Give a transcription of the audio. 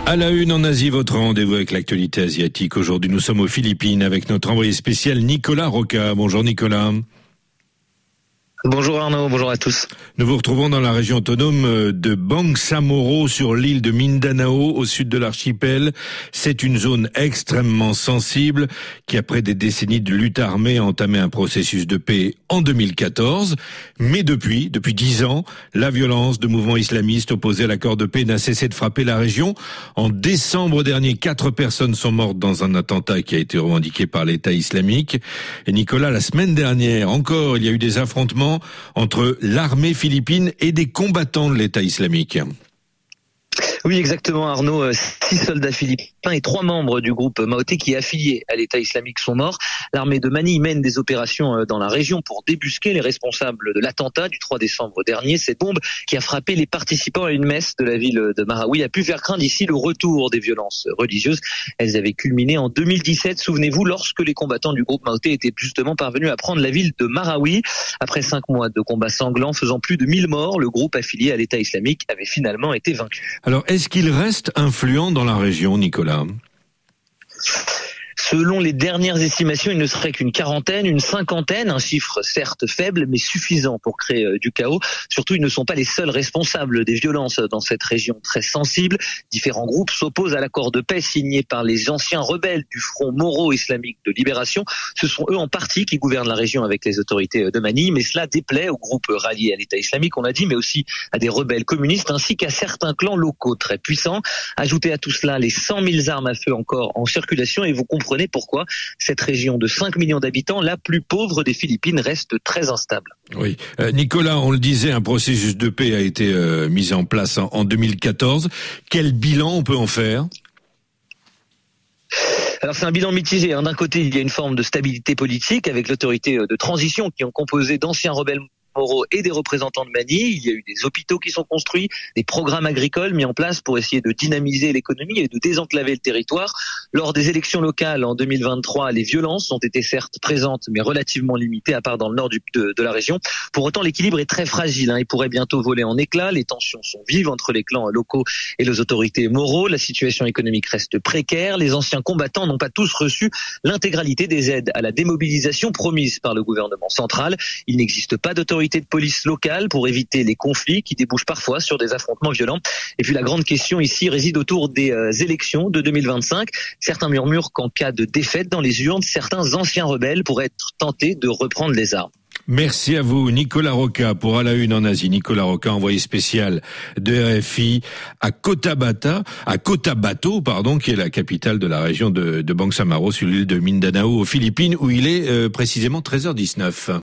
À la une en Asie, votre rendez-vous avec l'actualité asiatique. Aujourd'hui, nous sommes aux Philippines avec notre envoyé spécial Nicolas Roca. Bonjour Nicolas. Bonjour Arnaud, bonjour à tous. Nous vous retrouvons dans la région autonome de Bangsamoro sur l'île de Mindanao au sud de l'archipel. C'est une zone extrêmement sensible qui, après des décennies de lutte armée, a entamé un processus de paix en 2014. Mais depuis 10 ans, la violence de mouvements islamistes opposés à l'accord de paix n'a cessé de frapper la région. En décembre dernier, 4 personnes sont mortes dans un attentat qui a été revendiqué par l'État islamique. Et Nicolas, la semaine dernière encore, il y a eu des affrontements entre l'armée philippine et des combattants de l'État islamique. Oui, exactement Arnaud. 6 soldats philippins et 3 membres du groupe Maoté qui est affilié à l'État islamique sont morts. L'armée de Manille mène des opérations dans la région pour débusquer les responsables de l'attentat du 3 décembre dernier. Cette bombe qui a frappé les participants à une messe de la ville de Marawi a pu faire craindre ici le retour des violences religieuses. Elles avaient culminé en 2017, souvenez-vous, lorsque les combattants du groupe Maoté étaient justement parvenus à prendre la ville de Marawi. Après 5 mois de combats sanglants faisant plus de 1000 morts, le groupe affilié à l'État islamique avait finalement été vaincu. Alors, est-ce qu'il reste influent dans la région, Nicolas ? Selon les dernières estimations, il ne serait qu'une quarantaine, une cinquantaine, un chiffre certes faible mais suffisant pour créer du chaos. Surtout, ils ne sont pas les seuls responsables des violences dans cette région très sensible. Différents groupes s'opposent à l'accord de paix signé par les anciens rebelles du Front Moro-Islamique de Libération. Ce sont eux en partie qui gouvernent la région avec les autorités de Manille, mais cela déplaît aux groupes ralliés à l'État islamique, on l'a dit, mais aussi à des rebelles communistes ainsi qu'à certains clans locaux très puissants. Ajoutez à tout cela les 100 000 armes à feu encore en circulation et vous comprenez pourquoi cette région de 5 millions d'habitants, la plus pauvre des Philippines, reste très instable. Oui, Nicolas, on le disait, un processus de paix a été mis en place en 2014. Quel bilan on peut en faire ? Alors c'est un bilan mitigé. D'un côté, il y a une forme de stabilité politique avec l'autorité de transition qui ont composé d'anciens rebelles moraux et des représentants de Manille. Il y a eu des hôpitaux qui sont construits, des programmes agricoles mis en place pour essayer de dynamiser l'économie et de désenclaver le territoire. Lors des élections locales en 2023, les violences ont été certes présentes mais relativement limitées, à part dans le nord de la région. Pour autant, l'équilibre est très fragile. Il pourrait bientôt voler en éclats. Les tensions sont vives entre les clans locaux et les autorités moraux. La situation économique reste précaire. Les anciens combattants n'ont pas tous reçu l'intégralité des aides à la démobilisation promises par le gouvernement central. Il n'existe pas d'autorité de police locale pour éviter les conflits qui débouchent parfois sur des affrontements violents. Et puis la grande question ici réside autour des élections de 2025. Certains murmurent qu'en cas de défaite dans les urnes, certains anciens rebelles pourraient être tentés de reprendre les armes. Merci à vous, Nicolas Roca, pour À la Une en Asie. Nicolas Roca, envoyé spécial de RFI à Cotabato, qui est la capitale de la région de Bangsamoro, sur l'île de Mindanao, aux Philippines, où il est précisément 13h19.